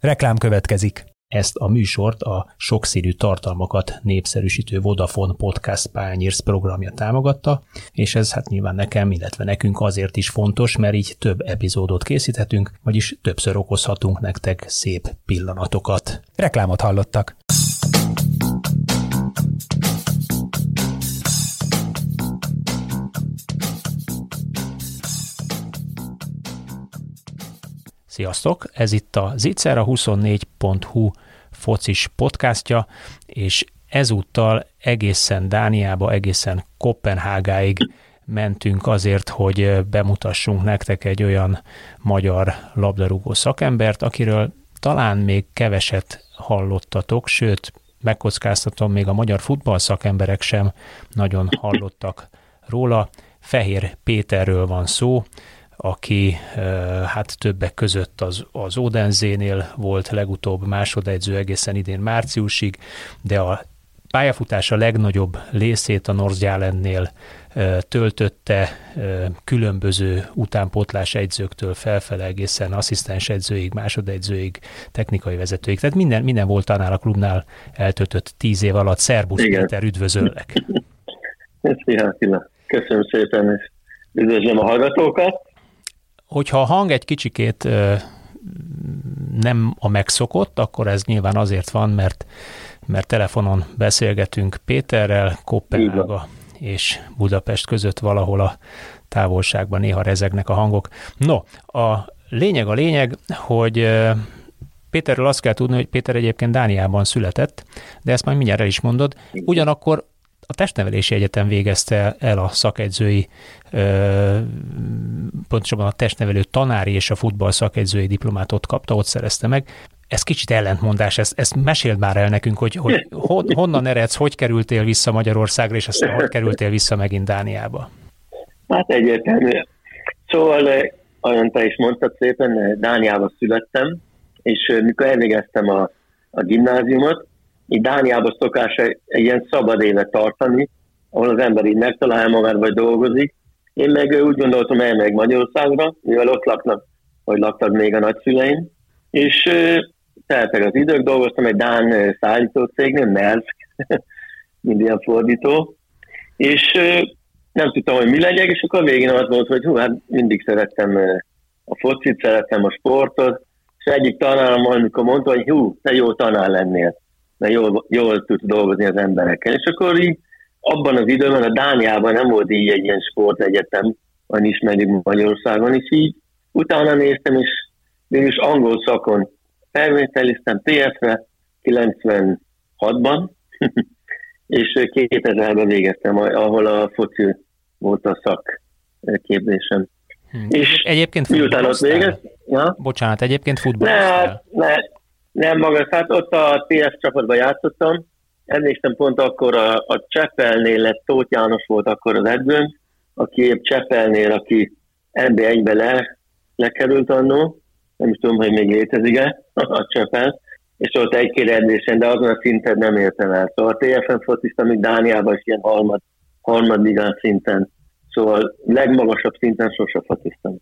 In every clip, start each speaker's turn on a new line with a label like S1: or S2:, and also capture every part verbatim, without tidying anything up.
S1: Reklám következik. Ezt a műsort a sokszínű tartalmakat népszerűsítő Vodafone Podcast Pioneers programja támogatta, és ez hát nyilván nekem, illetve nekünk azért is fontos, mert így több epizódot készíthetünk, vagyis többször okozhatunk nektek szép pillanatokat. Reklámot hallottak. Sziasztok! Ez itt a Zicser, a huszonnégy pont hu focis podcastja, és ezúttal egészen Dániába, egészen Koppenhágáig mentünk azért, hogy bemutassunk nektek egy olyan magyar labdarúgó szakembert, akiről talán még keveset hallottatok, sőt, megkockáztatom, még a magyar futball szakemberek sem nagyon hallottak róla. Fehér Péterről van szó, aki hát többek között az, az Odenssénél volt legutóbb másodedző egészen idén márciusig, de a pályafutása legnagyobb részét a Nordsjalennél töltötte, különböző utánpótlás edzőktől felfele egészen asszisztens edzőig, másodedzőig, technikai vezetőig. Tehát minden, minden volt annál a klubnál eltöltött tíz év alatt. Szerbusz Péter, üdvözöllek!
S2: Szia Attila! Köszönöm szépen, és üdvözlöm a hallgatókat!
S1: Hogyha a hang egy kicsikét nem a megszokott, akkor ez nyilván azért van, mert, mert telefonon beszélgetünk Péterrel, Koppenhága és Budapest között valahol a távolságban néha rezegnek a hangok. No, a lényeg a lényeg, hogy Péterről azt kell tudni, hogy Péter egyébként Dániában született, de ezt majd mindjárt el is mondod. Ugyanakkor a Testnevelési Egyetem végezte el a szakegyzői, pontosabban a testnevelő tanári és a futball szakegyzői diplomát ott kapta, ott szerezte meg. Ez kicsit ellentmondás, ezt, ezt meséld már el nekünk, hogy, hogy hon, honnan eredsz, hogy kerültél vissza Magyarországra, és aztán hogy kerültél vissza megint Dániába?
S2: Hát egyértelmű. Szóval, olyan te is mondtad szépen, Dániába születtem, és mikor elvégeztem a, a gimnáziumot, így Dániában szokás egy, egy ilyen szabad évet tartani, ahol az ember így megtalálja magát, vagy dolgozik. Én meg úgy gondoltam, elmegyek Magyarországra, mivel ott laknak, vagy laktak még a nagyszüleim, és teltek az idők, dolgoztam egy dán szállító cégnél, Maersk, mind ilyen fordító, és nem tudtam, hogy mi legyek, és akkor a végén az volt, hogy hú, hát mindig szerettem a focit, szerettem a sportot, és egyik tanárom, amikor mondta, hogy hú, te jó tanár lennél, mert jól, jól tud dolgozni az emberekkel. És akkor így abban az időben a Dániában nem volt így egy ilyen sportegyetem, van ismerjük Magyarországon, és így utána néztem, és mégis angol szakon felvételiztem té ef-re kilencvenhatban, és kétezerben végeztem, ahol a foci volt a szakképzésem.
S1: Hmm. És egyébként futballoztál? Ja? Bocsánat, egyébként futballoztál?
S2: Ne, ne, nem magas, hát ott a té ef csapatban játszottam. Emlékszem pont akkor a, a Csepelnél lett, Tóth János volt akkor az edzőm, aki épp Csepelnél, aki en bé egybe le, lekerült annó, nem is tudom, hogy még létezik-e a Csepel, és ott egy-két edzésen, de azon a szinten nem értem el. Szóval a té ef-en fociztam, még Dániában is ilyen harmad, harmadligán szinten. Szóval legmagasabb szinten sose fociztam.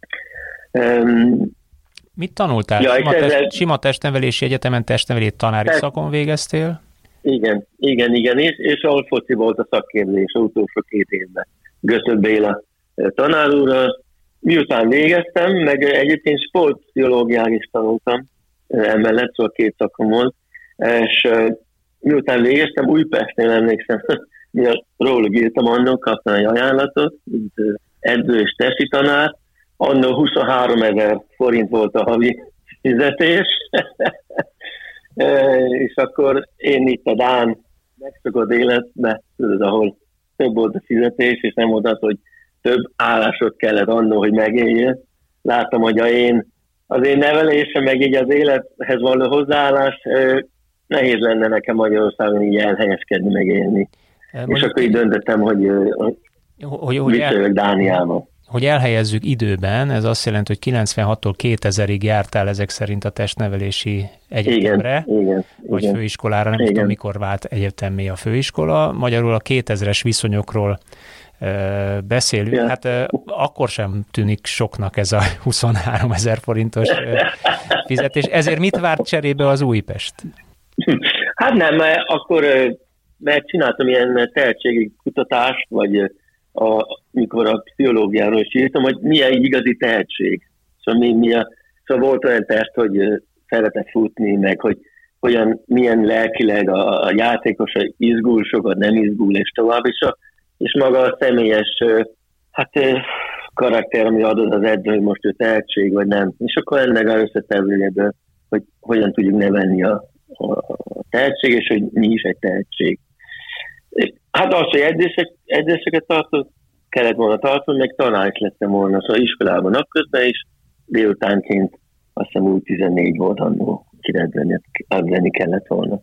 S2: Um,
S1: Mit tanultál? Ja, sima, test, ezzel... sima testnevelési egyetemen testnevelés tanári test... szakon végeztél?
S2: Igen, igen, igen, és, és ahol foci volt a szakképzés az utolsó két évben. Götö Béla tanár úrral. Miután végeztem, meg egyébként sportpszichológiát is tanultam emellett, szóval két szakom volt, és miután végeztem, Újpestnél emlékszem, róluk írtam annak, kaptam egy ajánlatot, mint edző és testi tanár, annól huszonháromezer forint volt a havi fizetés, és akkor én itt a dán megszokott életbe, tudod, ahol több volt a fizetés, és nem volt az, hogy több állásot kellett annól, hogy megéljél. Láttam, hogy a én, az én nevelésem, meg így az élethez való hozzáállás, nehéz lenne nekem Magyarországon így elhelyezkedni, megélni. Mondjuk, és akkor így döntöttem, hogy, hogy, hogy visszajövök Dániába.
S1: Hogy elhelyezzük időben, ez azt jelenti, hogy kilencvenhattól kétezerig jártál ezek szerint a testnevelési egyetemre,
S2: igen, igen,
S1: vagy
S2: igen.
S1: főiskolára, nem igen. tudom, mikor vált egyetemmé a főiskola. Magyarul a kétezres viszonyokról beszélünk. Ja. Hát akkor sem tűnik soknak ez a huszonháromezer forintos fizetés. Ezért mit várt cserébe az Újpest?
S2: Hát nem, mert akkor mert csináltam ilyen tehetségi kutatást, vagy a, mikor a pszichológiáról is írtam, hogy milyen igazi tehetség. Szóval, mi, mi a, szóval volt olyan teszt, hogy szeretett futni, meg hogy olyan, milyen lelkileg a, a játékos izgul, sokat nem izgul, és tovább, és, a, és maga a személyes hát, karakter, ami adod az edző, hogy most ő tehetség, vagy nem. És akkor ennek az összetevőjéből, hogy hogyan tudjuk nevelni a, a tehetség, és hogy mi is egy tehetség. Hát az, hogy edzések, edzéseket tartott, kellett volna tartani, meg tanár is lettem volna, szóval iskolában napközben is, délutánként azt hiszem úgy tizennégy volt annól, kirendelni kellett volna.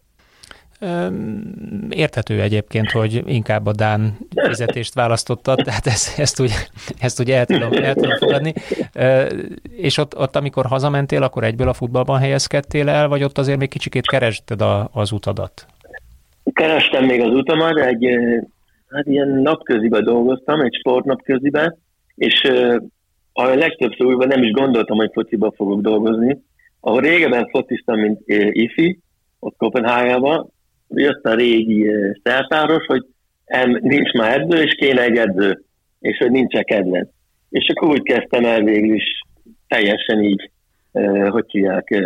S1: Érthető egyébként, hogy inkább a dán fizetést választottad, tehát ezt, ezt, úgy, ezt úgy el tudom, el tudom fogadni. És ott, ott, amikor hazamentél, akkor egyből a futballban helyezkedtél el, vagy ott azért még kicsikét kerested a, az utadat?
S2: Kerestem még az utamat, egy hát ilyen napköziben dolgoztam, egy sportnapköziben, és a legtöbbször újban nem is gondoltam, hogy fociban fogok dolgozni. Ahol régebben fociztam, mint ifi, ott Kopenhágában, jött a régi szertáros, hogy nincs már edző, és kéne egy edző, és hogy nincs kedvenc. És akkor úgy kezdtem el végül is teljesen így, hogy hívják,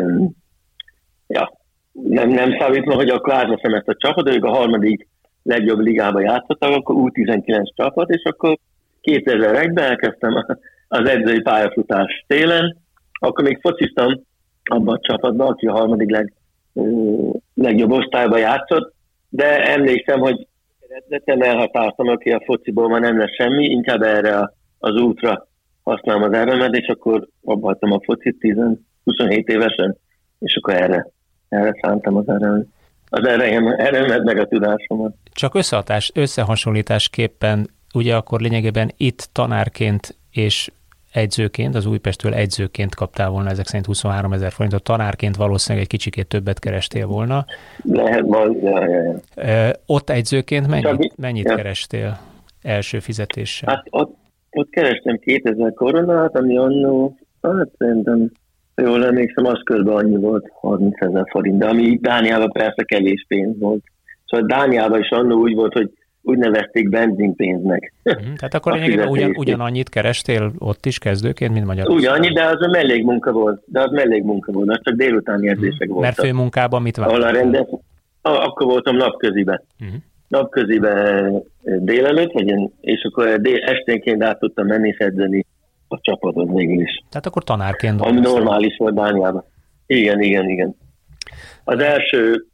S2: ja, nem, nem számítva, hogy akkor átveszem ezt a csapatot, ők a harmadik legjobb ligában játszottak, akkor U tizenkilenc csapat, és akkor kétezer-egyben elkezdtem az edzői pályafutás télen, akkor még fociztam abban a csapatban, aki a harmadik leg, legjobb osztályban játszott, de emlékszem, hogy eredetileg elhatároztam, aki a fociból már nem lesz semmi, inkább erre az útra használom az erőmet, és akkor abba hagytam a focit tíz, huszonhét évesen, és akkor erre, erre szántam az erőmet. Az erőmet meg a tudásomat.
S1: Csak összehatás, összehasonlításképpen ugye akkor lényegében itt tanárként és egyzőként, az Újpestől egyzőként kaptál volna ezek szerint huszonháromezer forintot, tanárként valószínűleg egy kicsikét többet kerestél volna.
S2: Lehet, majd, ja, ja, ja.
S1: Ott egyzőként mennyit, mennyit ja. kerestél első fizetéssel?
S2: Hát ott, ott kerestem kétezer koronát, ami annó, hát szerintem jól emlékszem, az közben annyi volt, harmincezer forint, de ami Dániában persze kevés pénz volt. Szóval Dániában is annó úgy volt, hogy úgy nevezték benzinpénznek.
S1: Hmm, tehát akkor lényegében ugyan, ugyanannyit kerestél ott is kezdőként, mint Magyarországon?
S2: Ugyanannyi, de az a mellékmunka volt. De az mellékmunka volt, az csak délutáni edzések hmm. voltak.
S1: Mert főmunkában mit vártál?
S2: Rendes... Akkor voltam napköziben. Hmm. Napköziben délelőtt, vagy és akkor dél, esténként át tudtam menni és edzeni a csapatot végül is.
S1: Tehát akkor tanárként
S2: ami normális volt Dániában. Igen, igen, igen. Az első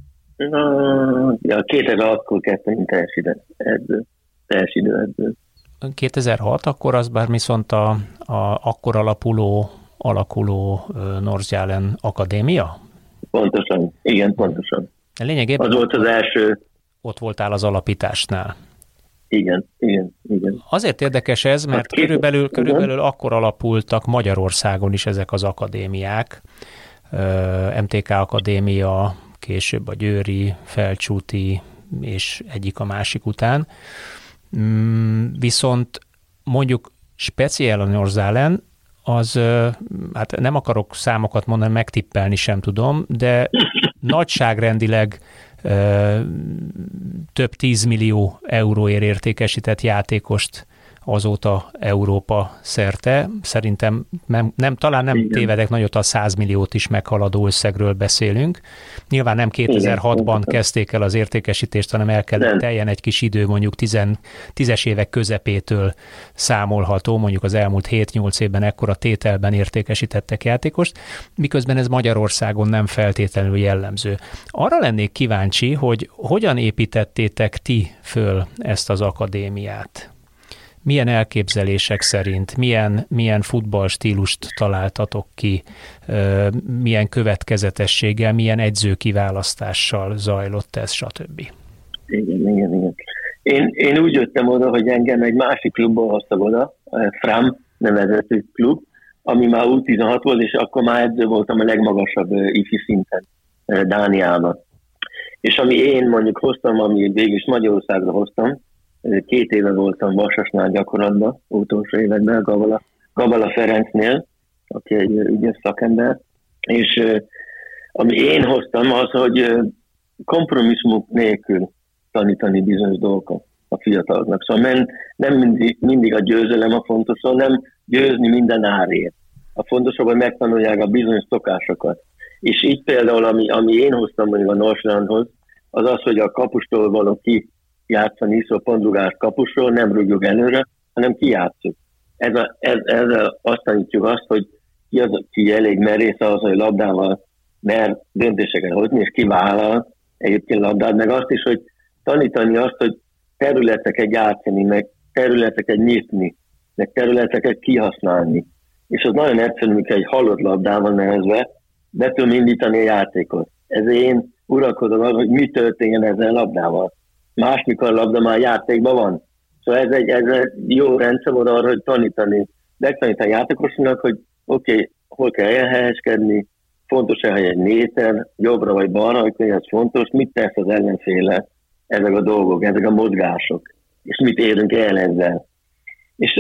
S2: ja, kétezer-hatkor kezdtem, mint teljes idő edző. Teljes idő edző.
S1: kétezer-hat, akkor az bár viszont a, a akkor alapuló, alakuló Nordsjælland Akadémia?
S2: Pontosan, igen, pontosan.
S1: Lényegében
S2: az volt az első.
S1: Ott voltál az alapításnál.
S2: Igen, igen, igen.
S1: Azért érdekes ez, mert hát körülbelül, körülbelül akkor alapultak Magyarországon is ezek az akadémiák. em té ká Akadémia, később a győri, felcsúti, és egyik a másik után. Viszont mondjuk speciál a Nordsjælland, az, hát nem akarok számokat mondani, megtippelni sem tudom, de nagyságrendileg több tízmillió euróért értékesített játékost azóta Európa szerte. Szerintem nem, nem, talán nem Igen. tévedek nagyot, a száz milliót is meghaladó összegről beszélünk. Nyilván nem kétezer-hatban Igen. kezdték el az értékesítést, hanem el kellett teljen egy kis idő, mondjuk tizen, tízes évek közepétől számolható, mondjuk az elmúlt hét-nyolc évben ekkora tételben értékesítettek játékost, miközben ez Magyarországon nem feltétlenül jellemző. Arra lennék kíváncsi, hogy hogyan építettétek ti föl ezt az akadémiát? Milyen elképzelések szerint, milyen, milyen futballstílust találtatok ki, milyen következetességgel, milyen edzőkiválasztással zajlott ez, stb.
S2: Igen, igen, igen. Én, én úgy jöttem oda, hogy engem egy másik klubból hoztak oda, Fram nevezetű klub, ami már U tizenhat volt, és akkor már edző voltam a legmagasabb ifi szinten Dániában. És ami én mondjuk hoztam, ami végül is Magyarországra hoztam, két éve voltam Vasasnál gyakorlatban, utolsó években, Gabala, Gabala Ferencnél, aki egy ügyes szakember, és ami én hoztam az, hogy kompromisszumok nélkül tanítani bizonyos dolgokat a fiataloknak. Szóval nem mindig, mindig a győzelem a fontos, szóval nem győzni minden árért. A fontosabb, hogy megtanulják a bizonyos szokásokat. És így például, ami, ami én hoztam mondjuk a Northlandhoz, az az, hogy a kapustól való kijátszani, szóval pontrugás kapusról nem rúgjuk előre, hanem kijátszunk. Ez a, ez, ezzel azt tanítjuk azt, hogy ki az, aki elég merész ahhoz, hogy labdával mer döntéseket hozni, és kivállal egyébként labdát, meg azt is, hogy tanítani azt, hogy területeket játszani, meg területeket nyitni, meg területeket kihasználni. És az nagyon egyszerű, amikor egy halott labdával nehezve be tudom indítani a játékot. Ezért én uralkodom az, hogy mi történjen ezzel a labdával. Más, mikor a labda már játékban van. Szóval ez egy, ez egy jó rendszer volt arra, hogy tanítani. Megtanítani a játékosnak, hogy oké, okay, hol kell elhelyezkedni, fontos-e, hogy egy méter, jobbra vagy balra, hogy ez fontos, mit tesz az ellenféle, ezek a dolgok, ezek a mozgások, és mit érünk el ezzel. És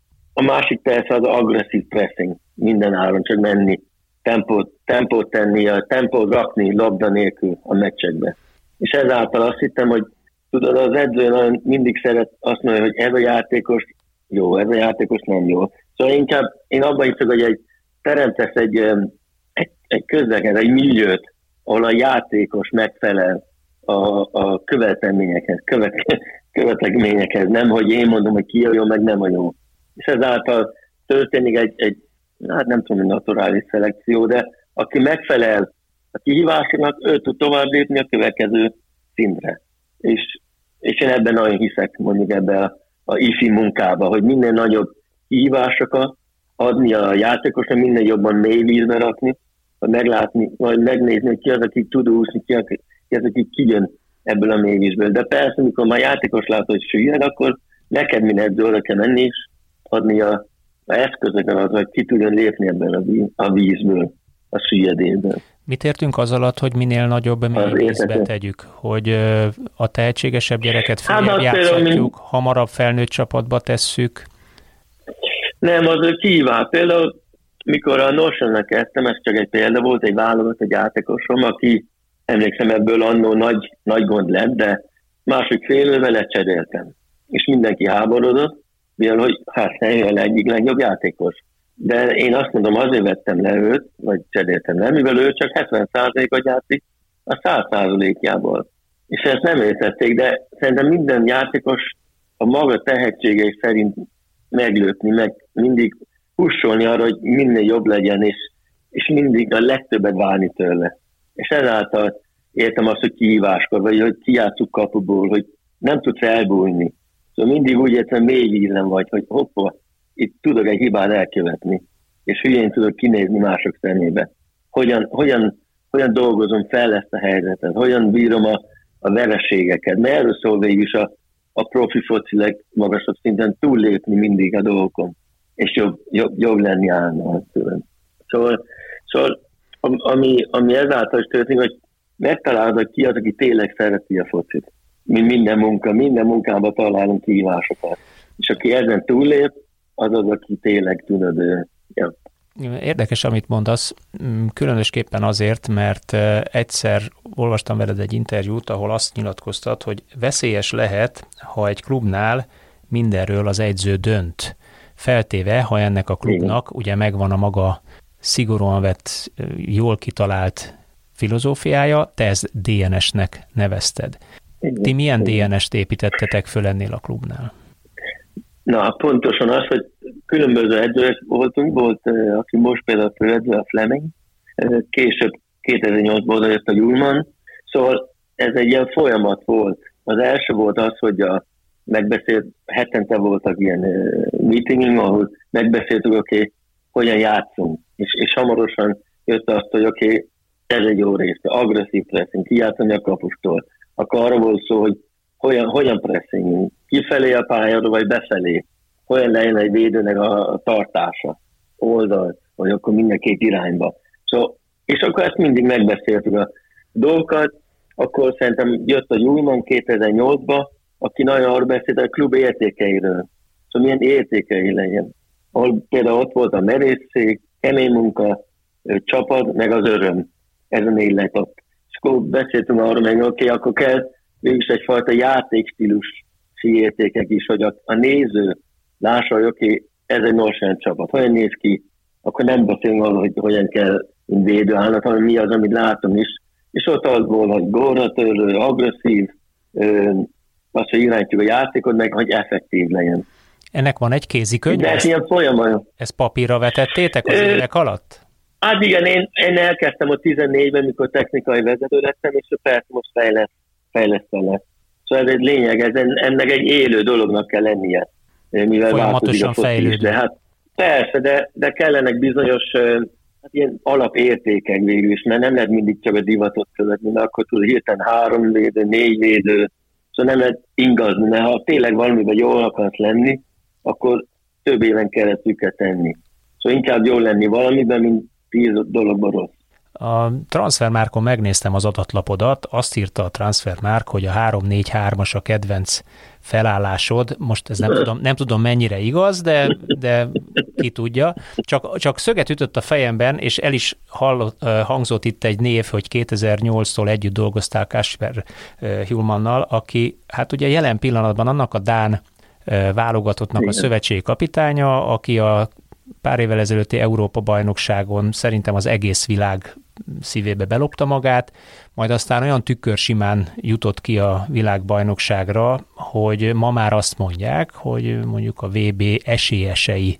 S2: a másik persze az agresszív pressing, minden áron csak menni, tempót, tempót tenni, a tempót rakni labda nélkül a meccsekbe. És ezáltal azt hittem, hogy tudod, az edző mindig szeret azt mondani, hogy ez a játékos jó, ez a játékos nem jó. Szóval inkább én abban hiszek, hogy egy, teremtesz egy, egy, egy közleget, egy milliót, ahol a játékos megfelel a, a követelményekhez, követ, követelményekhez, nem, hogy én mondom, hogy ki a jó, meg nem a jó. És ezáltal történik egy, egy hát nem tudom, hogy naturális szelekció, de aki megfelel a kihívásoknak, ő tud tovább lépni a következő szintre. És, és én ebben nagyon hiszek, mondjuk ebben a, a ifi munkába, hogy minden nagyobb kihívásokat adni a játékosnak, minden jobban mély vízbe rakni, vagy meglátni, vagy megnézni, hogy ki az, aki tud úszni, ki az, ki az, aki kijön ebből a mély vízből. De persze, amikor már játékos lát, hogy süllyed, akkor neked minden oda kell menni, és adni a, a eszközöket az, hogy ki tudjon lépni ebből a, víz, a vízből, a süllyedésből.
S1: Mit értünk az alatt, hogy minél nagyobb mély vízbe tegyük? Hogy a tehetségesebb gyereket feljebb játszhatjuk, hamarabb felnőtt csapatba tesszük?
S2: Nem, az kíván. Például, mikor a Notionnak kezdtem, ez csak egy példa volt, egy válogatott, egy játékosom, aki emlékszem ebből annó nagy, nagy gond lett, de másik fél éve lecseréltem. És mindenki háborodott, mivel hogy hát helyben egyik legjobb játékos. De én azt mondom, azért vettem le őt, vagy cseréltem le, mivel ő csak hetven százalékot játszik a száz százalékjából. És ezt nem értették, de szerintem minden játékos a maga tehetségei szerint meglőtni, meg mindig pussolni arra, hogy minél jobb legyen, és, és mindig a legtöbbet válni tőle. És ezáltal értem azt, hogy kihíváskor, vagy hogy kijátszuk kapuból, hogy nem tudsz elbújni. Szóval mindig úgy értem, mély vízen vagy, hogy hoppa, itt tudok egy hibát elkövetni, és hülyén tudok kinézni mások szemébe. Hogyan, hogyan, hogyan dolgozom fel ezt a helyzetet, hogyan bírom a, a vereségeket, mert erről szól végül is a, a profi foci legmagasabb szinten túllépni mindig a dolgokon, és jobb, jobb, jobb lenni állandóan tőlem. Szóval, szóval ami, ami ezáltal is történik, hogy megtalálod, hogy ki az, aki tényleg szereti a focit. Mi minden munka, minden munkában találunk kihívásokat. És aki ezen túllép, az az, aki tényleg tudod. Ja.
S1: Érdekes, amit mondasz, különösképpen azért, mert egyszer olvastam veled egy interjút, ahol azt nyilatkoztat, hogy veszélyes lehet, ha egy klubnál mindenről az edző dönt. Feltéve, ha ennek a klubnak ugye megvan a maga szigorúan vett, jól kitalált filozófiája, te ezt dé en es-nek nevezted. Ti milyen dé en es-t építettetek föl ennél a klubnál?
S2: Na, pontosan az, hogy különböző edzők voltunk, volt, aki most például főedző, a Fleming, később kétezer-nyolcban odajött a Gyulman, szóval ez egy ilyen folyamat volt. Az első volt az, hogy a megbeszélt, hetente voltak ilyen meetingünk, ahol megbeszéltük, oké, okay, hogyan játszunk, és, és hamarosan jött azt, hogy oké, okay, ez egy jó rész, agresszív pressing, kijátszani a kapustól. Akkor arra volt szó, hogy hogyan, hogyan pressingünk, kifelé a pályára, vagy befelé, hogyan legyen egy védőnek a tartása, oldalt, vagy akkor minden két irányba. So, és akkor ezt mindig megbeszéltük a dolgokat, akkor szerintem jött a Gyulman kétezer-nyolcban, aki nagyon arra beszélt a klub értékeiről. Szóval milyen értékei legyen. Ahol például ott volt a merészség, kemény munka, csapat, meg az öröm. Ez a négy lett ott. És akkor beszéltünk arról, meg oké, okay, akkor kell mégis egyfajta játékstílusi értékek is, hogy a, a néző lássa, hogy oké, okay, ez egy Nordsjælland csapat. Hogyan néz ki, akkor nem beszélünk arról, hogy hogyan kell védő állnak, hanem mi az, amit látom is. És ott az volt, hogy gólra törő, agresszív, azt, hogy irányítjuk a játékot, meg hogy effektív legyen.
S1: Ennek van egy kézikönyv?
S2: De ez ilyen folyamat.
S1: Ezt papírra vetettétek az évek alatt?
S2: Hát igen, én, én elkezdtem a tizennégyben, mikor technikai vezető lettem, és persze most fejleszt, fejlesztem le. Szóval ez egy lényeg, ez ennek egy élő dolognak kell lennie. Mivel
S1: folyamatosan fejlődő.
S2: De hát persze, de, de kellenek bizonyos hát ilyen alapértékek végül is, mert nem lehet mindig csak a divatot követni, mert akkor tud hirtelen három védő, négy védő, szóval nem lehet ingazni, mert ha tényleg valamiben jól akarsz lenni, akkor több éven keresztül kell tenni. Szóval inkább jól lenni valamiben, mint tíz dologban rossz.
S1: A Transfermarkton megnéztem az adatlapodat, azt írta a Transfermarkt, hogy a három négy hármas a kedvenc felállásod, most ez nem tudom, nem tudom mennyire igaz, de, de ki tudja, csak, csak szöget ütött a fejemben, és el is hallott, hangzott itt egy név, hogy kétezer-nyolctól együtt dolgoztál Kasper Hjulmannal, aki hát ugye jelen pillanatban annak a dán válogatottnak a szövetségi kapitánya, aki a pár évvel ezelőtti Európa-bajnokságon szerintem az egész világ szívébe belopta magát, majd aztán olyan tükörsimán jutott ki a világbajnokságra, hogy ma már azt mondják, hogy mondjuk a vé bé esélyesei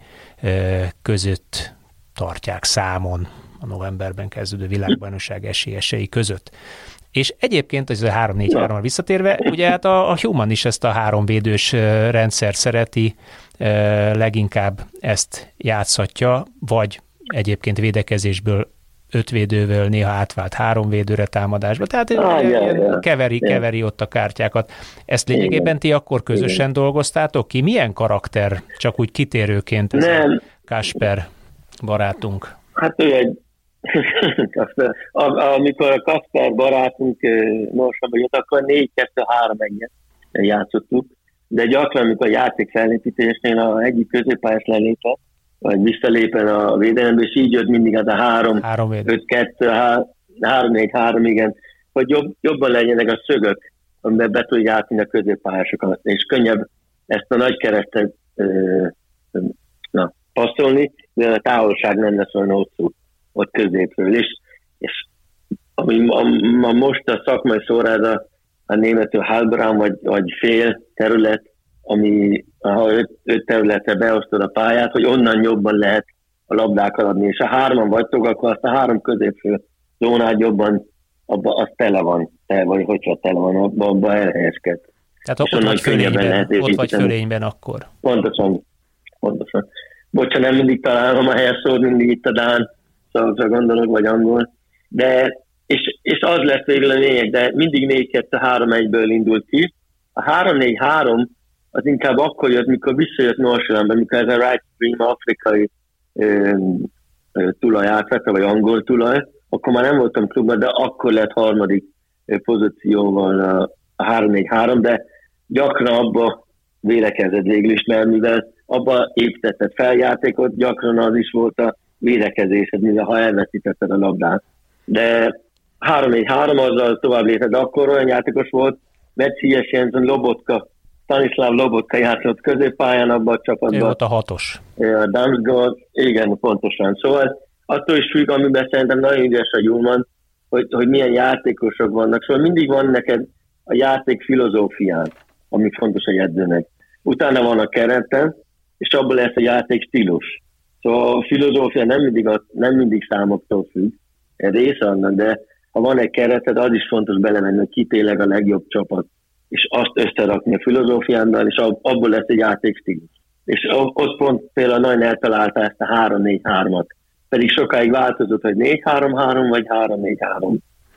S1: között tartják számon a novemberben kezdődő világbajnokság esélyesei között. És egyébként ez a három négy háromra visszatérve, ugye hát a, a Hjulmann is ezt a háromvédős rendszer szereti, leginkább ezt játszhatja, vagy egyébként védekezésből öt védővel néha átvált három védőre támadásba, tehát ah, ilyen yeah, yeah. keveri, yeah. keveri ott a kártyákat. Ezt lényegében ti akkor közösen Igen. dolgoztátok ki? Milyen karakter, csak úgy kitérőként ez Nem. a Kasper barátunk?
S2: Hát ő egy amikor a Kasper barátunk Nordsjællandba jött, akkor négy kettő három egyet játszottuk, de gyakran, amikor a játék felépítésnél a egyik középpályás lelépett, vagy visszalépen a védelembe, és így jött mindig az a három, öt kettő, három négy három, igen, hogy jobb, jobban legyenek a szögök, amiben be tudja játszani a középpályásokat, és könnyebb ezt a nagy keresztet na, passzolni, mivel a távolság nem lesz olyan hosszú ott középről is, és ami a, a most a szakmai szóra ez a, a németül halbrán, vagy, vagy fél terület, ami ha öt, öt területre beosztod a pályát, hogy onnan jobban lehet a labdákat adni, és ha hárman vagytok, akkor azt a három középfő zónát jobban, abban az tele van, tele, vagy hogyha tele van, abban abba elhelyezked.
S1: Tehát ott vagy fölényben, ott vagy fölényben akkor.
S2: Pontosan, pontosan. Bocsán, nem mindig találom a helyes szót, mindig itt a dán szavakra gondolok, vagy angol, de és, és az lesz végül a lényeg, de mindig négy kettő három egyből indult ki. A három négy három az inkább akkor jött, mikor visszajött Nordsjællandba, mikor ez a right stream afrikai ö, ö, tulaj átvette, vagy angol tulaj, akkor már nem voltam klubban, de akkor lett harmadik ö, pozícióval a, a három négy három, de gyakran abba védekezett végül is, mert mivel abba építetted feljátékot, gyakran az is volt a védekezésed, mivel ha elveszítetted a labdát. De három négy három azzal tovább lépett, de akkor olyan játékos volt, Metszies Jensen, Lobotka, Stanislav Lobotka játszott középpályán abban a csapatban.
S1: Ő volt a hatos.
S2: A Damsgaard, igen, pontosan. Szóval attól is függ, amiben szerintem nagyon ügyes a Hjulmann, hogy, hogy milyen játékosok vannak. Szóval mindig van neked a játék filozófián, ami fontos a edzőnek. Utána van a kereten, és abból lesz a játék stílus. Szóval a filozófia nem mindig, a, nem mindig számoktól függ, ez része annak, de ha van egy kereted, az is fontos belemenni, hogy ki tényleg a legjobb csapat, és azt összerakni a filozófiándal, és abból lesz egy játékstílus. És ott pont például nagyon eltalálta ezt a három négy hármat, pedig sokáig változott, hogy négy három három vagy három négy három.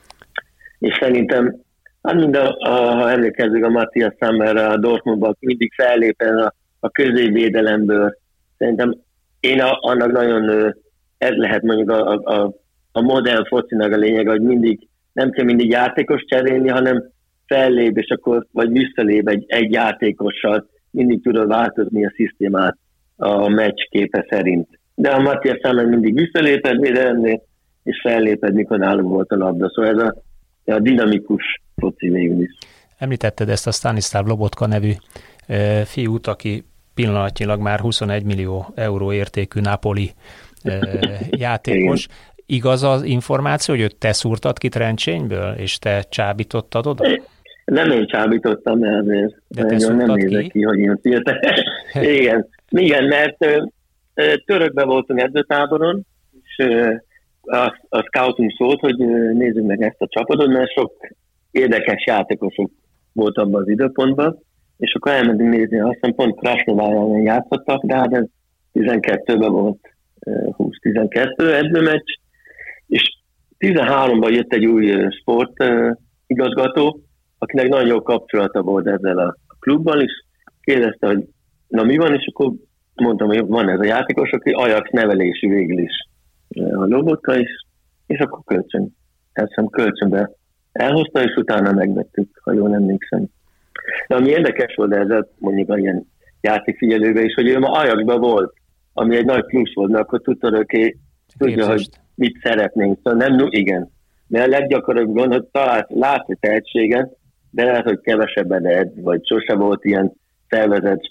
S2: És szerintem, hát mind a, a, ha emlékezzük a Matthias Sammerre a Dortmundban, mindig fellépen a, a középvédelemből, szerintem én a, annak nagyon, ez lehet mondjuk a, a, a modern focinak a lényeg, hogy mindig, nem kell mindig játékos cserélni, hanem fellép, és akkor vagy visszalép egy, egy játékossal, mindig tudod változni a szisztémát a meccs képe szerint. De a Matthias Sammer mindig visszaléped védelemnél, és felléped, mikor nálunk volt a labda. Szóval ez a, a dinamikus foci végül is.
S1: Említetted ezt a Stanislav Lobotka nevű e, fiút, aki pillanatnyilag már huszonegy millió euró értékű Napoli e, játékos. Igaz az információ, hogy őt te szúrtad ki Trencsényből, és te csábítottad oda?
S2: Nem én csábítottam, mert azért
S1: De te
S2: nem nézek
S1: ki?
S2: ki, hogy én szírtam. Igen. Igen, mert ö, ö, törökben voltunk edzőtáboron, és ö, a, a scoutunk szólt, hogy ö, nézzük meg ezt a csapatot, mert sok érdekes játékosok volt abban az időpontban, és akkor elmentünk nézni, azt hiszem pont Krasnodáján játszottak, de hát ez tizenkettőben volt húsz tizenkettő edzőmeccs, és tizenháromban jött egy új sport igazgató, akinek nagyon jó kapcsolata volt ezzel a klubban, és kérdezte, hogy na mi van, és akkor mondtam, hogy van ez a játékos, aki Ajax nevelésű végül is a Lobotka is, és akkor kölcsön, ezt kölcsönbe elhozta, és utána megvettük, ha jól emlékszem. De ami érdekes volt ezzel, mondjuk a ilyen játékfigyelőben is, hogy ő ma Ajaxban volt, ami egy nagy plusz volt, mert akkor tudta, hogy tudja, hogy mit szeretnénk. Szóval nem, igen. De a leggyakoribb gond, hogy találsz, látsz egy tehetséget, de lehet, hogy kevesebben edz, vagy sose volt ilyen szervezett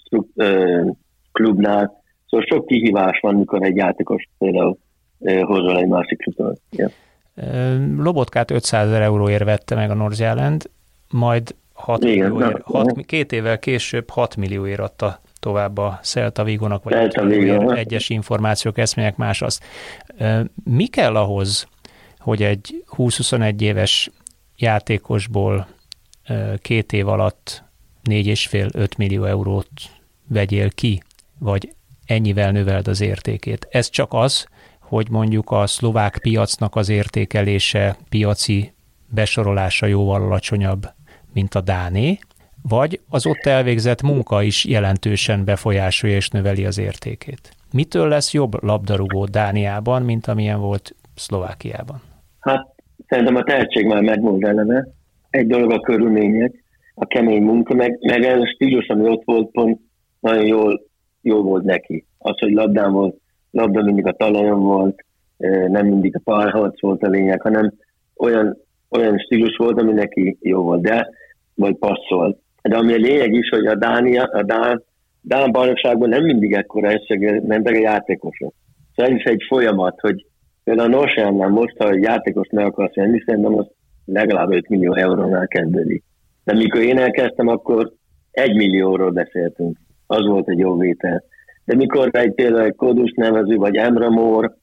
S2: klubnál. Szóval sok kihívás van, mikor egy játékos például hozol egy másik klubtól. Ja.
S1: Lobotkát ötszázezer euróért vette meg a Nordsjælland, majd hat millióért, hat, két évvel később hat millióért adta tovább a Celta Vigonak, vagy
S2: Celta Vigo.
S1: Egyes információk eszmények más azt. Mi kell ahhoz, hogy egy húsz-huszonegy éves játékosból két év alatt négy és fél öt millió eurót vegyél ki, vagy ennyivel növeld az értékét? Ez csak az, hogy mondjuk a szlovák piacnak az értékelése, piaci besorolása jóval alacsonyabb, mint a dáné, vagy az ott elvégzett munka is jelentősen befolyásolja és növeli az értékét. Mitől lesz jobb labdarúgó Dániában, mint amilyen volt Szlovákiában?
S2: Hát szerintem a tehetség már megmond eleve. Egy dolog a körülmények, a kemény munka, meg, meg ez a stílus, ami ott volt, pont nagyon jól, jól volt neki. Az, hogy labdán volt, labda mindig a talajon volt, nem mindig a párharc volt a lényeg, hanem olyan, olyan stílus volt, ami neki jó volt, de vagy passzolt. De ami a lényeg is, hogy a Dánia, a Dán, Dán bajnokságban nem mindig ekkora összeg mentek a játékosok. Szóval ez is egy folyamat, hogy például a Nordsjællandnál most, ha egy játékos meg akarsz venni, szerintem az legalább öt millió eurónál kezdődik. De mikor én elkezdtem, akkor egy millióról beszéltünk. Az volt egy jó vétel. De mikor egy például egy Kodus nevező, vagy Emre Mor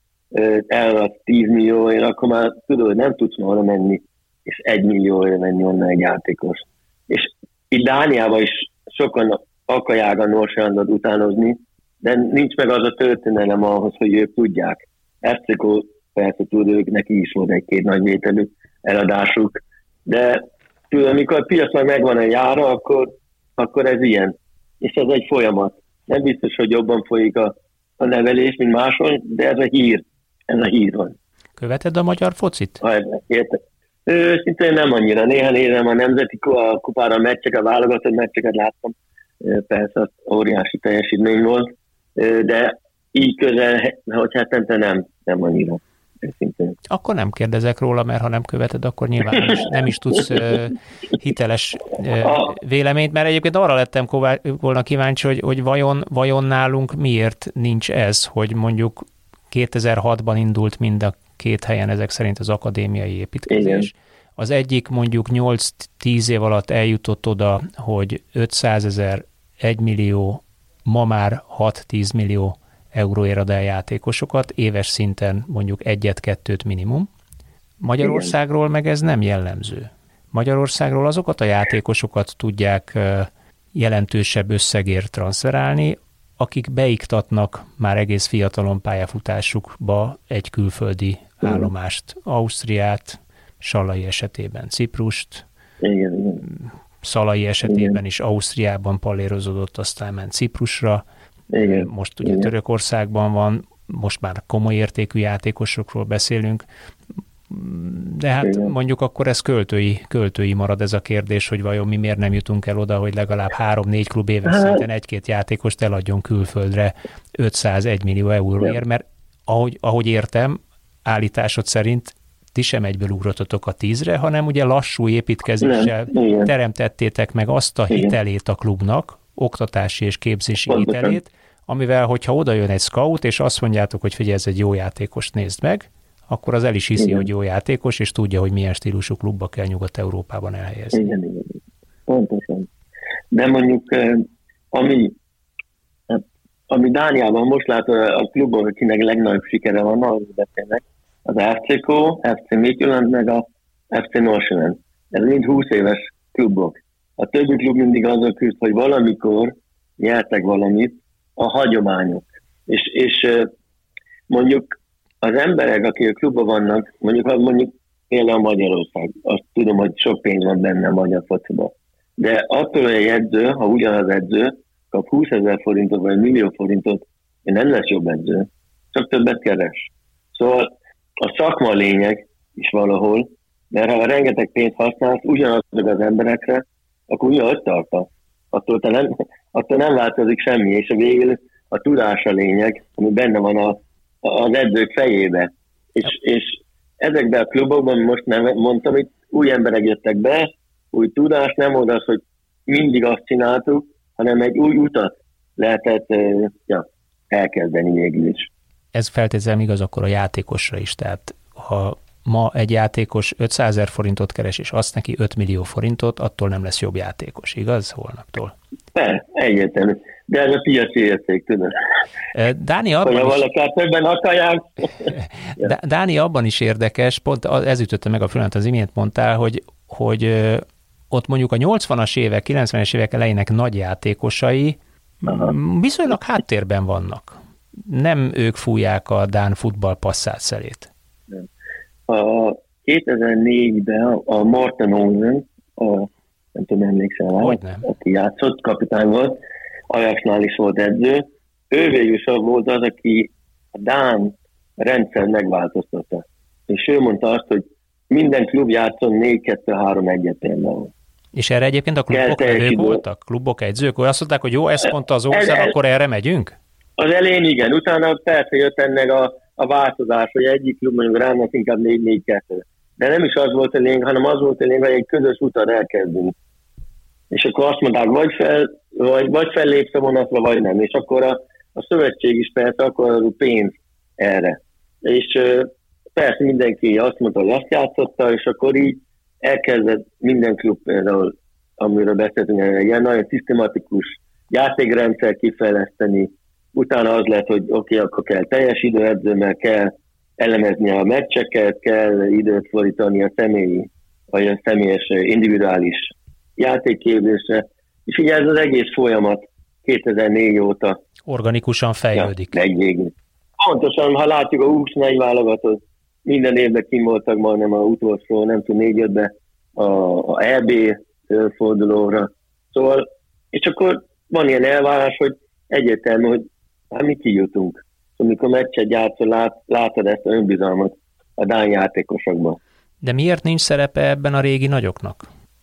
S2: elad tíz millióért, akkor már tudod, hogy nem tudsz volna menni, és egy millióért menni onnan egy játékos. És itt Dániában is sokan akarják a Nordsjællandot utánozni, de nincs meg az a történelem ahhoz, hogy ők tudják. ef cé ká persze tud, ők neki is volt egy-két nagy vételű eladásuk, de tudod, amikor a piacnak megvan a jára, akkor, akkor ez ilyen. És ez egy folyamat. Nem biztos, hogy jobban folyik a, a nevelés, mint máshol, de ez a hír. Ez a hír van.
S1: Követed a magyar focit?
S2: Érted. Őszintén nem annyira. Néha nézem a nemzeti kupára a meccseket, a válogatott meccseket láttam. Persze, az óriási teljesítmény volt, de így közel, hogy hát nem, nem, nem annyira. Őszintén.
S1: Akkor nem kérdezek róla, mert ha nem követed, akkor nyilván nem is, nem is tudsz uh, hiteles uh, véleményt, mert egyébként arra lettem volna kíváncsi, hogy, hogy vajon, vajon nálunk miért nincs ez, hogy mondjuk kétezer-hatban indult mind a két helyen ezek szerint az akadémiai építkezés. Igen. Az egyik mondjuk nyolc-tíz év alatt eljutott oda, hogy ötszázezer, egy millió, ma már hat-tíz millió euróért ad el játékosokat, éves szinten mondjuk egyet-kettőt minimum. Magyarországról meg ez nem jellemző. Magyarországról azokat a játékosokat tudják jelentősebb összegért transferálni, akik beiktatnak már egész fiatalon pályafutásukba egy külföldi uh-huh. állomást. Ausztriát, Sallai esetében Ciprust,
S2: igen, igen.
S1: Szalai esetében igen. is Ausztriában pallérozódott, aztán ment Ciprusra, igen. most ugye igen. Törökországban van, most már komoly értékű játékosokról beszélünk. De hát igen. Mondjuk akkor ez költői, költői marad ez a kérdés, hogy vajon mi miért nem jutunk el oda, hogy legalább három-négy klub éves hát. szinten egy-két játékost eladjon külföldre ötszáz-egy millió euróért, mert ahogy, ahogy értem, állításod szerint ti sem egyből ugrottatok a tízre, hanem ugye lassú építkezéssel nem, teremtettétek meg azt a hitelét a klubnak, oktatási és képzési Pontosan. hitelét, amivel, hogyha oda jön egy scout, és azt mondjátok, hogy figyelj, ez egy jó játékos, nézd meg, akkor az el is hiszi, igen. hogy jó játékos, és tudja, hogy milyen stílusú klubba kell Nyugat-Európában elhelyezni.
S2: Igen, igen. Pontosan. De mondjuk, ami, ami Dániában most látod, a klubok, akinek legnagyobb sikere van, arról beszélnek, az ef cé Kó, ef cé Midtjylland, meg a ef cé Nordsjælland. Ez mind húsz éves klubok. A többi klub mindig azon küzd, hogy valamikor nyertek valamit a hagyományok. És, és mondjuk az emberek, akik a klubban vannak, mondjuk, mondjuk például Magyarország, azt tudom, hogy sok pénz van benne a magyar fociban. De attól, hogy egy edző, ha ugyanaz edző, kap húszezer forintot vagy millió forintot, nem lesz jobb edző. Csak többet keres. Szóval a szakma lényeg is valahol, mert ha rengeteg pénzt használsz ugyanazok az emberekre, akkor ugyanaz tartasz. Attól, nem, attól nem változik semmi, és a végül a tudás a lényeg, ami benne van a, az edzők fejébe. És, és ezekben a klubokban most nem mondtam, hogy új emberek jöttek be, új tudás, nem volt az, hogy mindig azt csináltuk, hanem egy új utat lehetett ja, elkezdeni végül is.
S1: Ez feltétlenül igaz akkor a játékosra is, tehát ha ma egy játékos ötszázezer forintot keres, és azt neki öt millió forintot, attól nem lesz jobb játékos, igaz? Holnaptól.
S2: Persze, egyértelmű. De ez a piaci érték, tudod.
S1: Dáni abban is...
S2: valakár többen akarják.
S1: Dáni abban is érdekes, pont ez ütötte meg a fülemet, az imént mondtál, hogy, hogy ott mondjuk a nyolcvanas évek, kilencvenes évek elejének nagy játékosai Aha. viszonylag háttérben vannak. Nem ők fújják a dán futball passzátszerét.
S2: A kétezer-négyben a Morten Olsen, a, nem tudom, emlékszel rá, aki játszott, kapitány volt, Ajaxnál is volt edző, ő végül volt az, aki a dán rendszer megváltoztatta. És ő mondta azt, hogy minden klub játszon négy kettő három egy például.
S1: És erre egyébként a klubok edzők voltak? Klubok edzők? Hogy azt mondták, hogy jó, ezt mondta az Olsen, akkor erre megyünk?
S2: Az elején igen, utána persze jött ennek a, a változás, hogy egyik klub mondjuk rának inkább négy négy kettő. De nem is az volt a lényeg, hanem az volt a lényeg, hogy egy közös utat elkezdünk. És akkor azt mondták, vagy, fel, vagy, vagy fellépsz a vonatra, vagy nem. És akkor a, a szövetség is persze akkor adott pénz erre. És persze mindenki azt mondta, hogy azt játszotta, és akkor így elkezdett minden klub például, amiről beszéltünk, egy ilyen nagyon szisztematikus játékrendszer kifejleszteni. Utána az lett, hogy oké, okay, akkor kell teljes időedző, mert kell elemezni a meccseket, kell időt fordítani a személyi, vagy a személyes individuális játékképzésre, és ugye ez az egész folyamat kétezer-négy óta
S1: organikusan fejlődik.
S2: Ja, megvégül. Pontosan, ha látjuk a húsz-négy válogatott, minden évben kim voltak majdnem a utolsó, nem tudom, négy-ötbe a, a é bé fordulóra. Szóval, és akkor van ilyen elvárás, hogy egyértelmű, hogy hát mi kijutunk. Amikor meccset játszol, lát, látod ezt a önbizalmat a dán játékosokban.
S1: De miért nincs szerepe ebben a régi nagyoknak?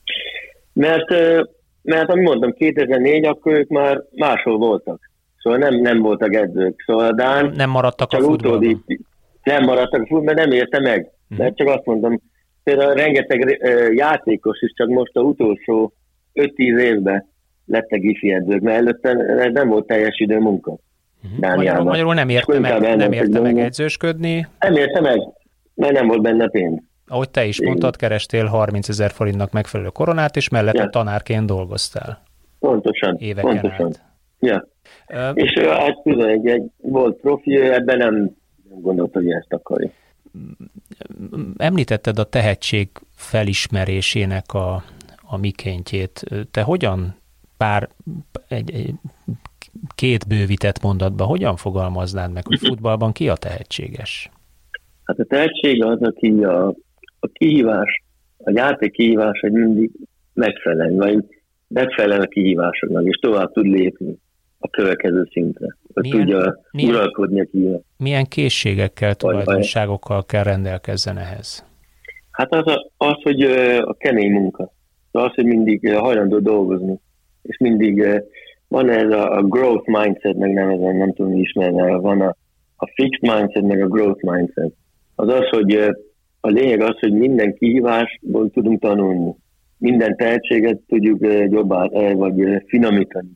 S2: Mert, mert amit mondtam, kétezer-négy, akkor ők már máshol voltak. Szóval nem, nem voltak edzők. Szóval a dán...
S1: Nem maradtak a futballban. Utódi,
S2: nem maradtak a futballban, nem érte meg. Hmm. Mert csak azt mondom, például rengeteg játékos is csak most a utolsó öt-tíz évben lettek ifi edzők, mert előtte ez nem volt teljes idő munka.
S1: Magyarul, magyarul nem érte meg, nem érte meg edzősködni.
S2: Nem érte meg, mert nem volt benne pénz.
S1: Ahogy te is mondtad, kerestél harmincezer forintnak megfelelő koronát, és mellette ja. tanárként dolgoztál.
S2: Pontosan.
S1: Éveken
S2: pontosan.
S1: át.
S2: Ja. Uh, és ő hát tudom, egy, egy volt profi, ebben nem, nem gondolt, hogy ezt akarja.
S1: Említetted a tehetség felismerésének a, a mikéntjét. Te hogyan pár egy, egy két bővített mondatban hogyan fogalmaznád meg, hogy futballban ki a tehetséges?
S2: Hát a tehetség az, aki a, a kihívás, a játék kihívás, hogy mindig megfelel, vagy megfelel a kihívásoknak, és tovább tud lépni a következő szintre, hogy milyen, tudja milyen, uralkodni a kihívás.
S1: Milyen készségekkel, tulajdonságokkal kell rendelkezzen ehhez?
S2: Hát az, a, az, hogy a kemény munka. Az, hogy mindig hajlandó dolgozni. És mindig van ez a, a growth mindset, meg nevezem, nem tudom ismerni, van a, a fixed mindset, meg a growth mindset. Az az, hogy a lényeg az, hogy minden kihívásból tudunk tanulni. Minden tehetséget tudjuk jobbá, vagy finomítani.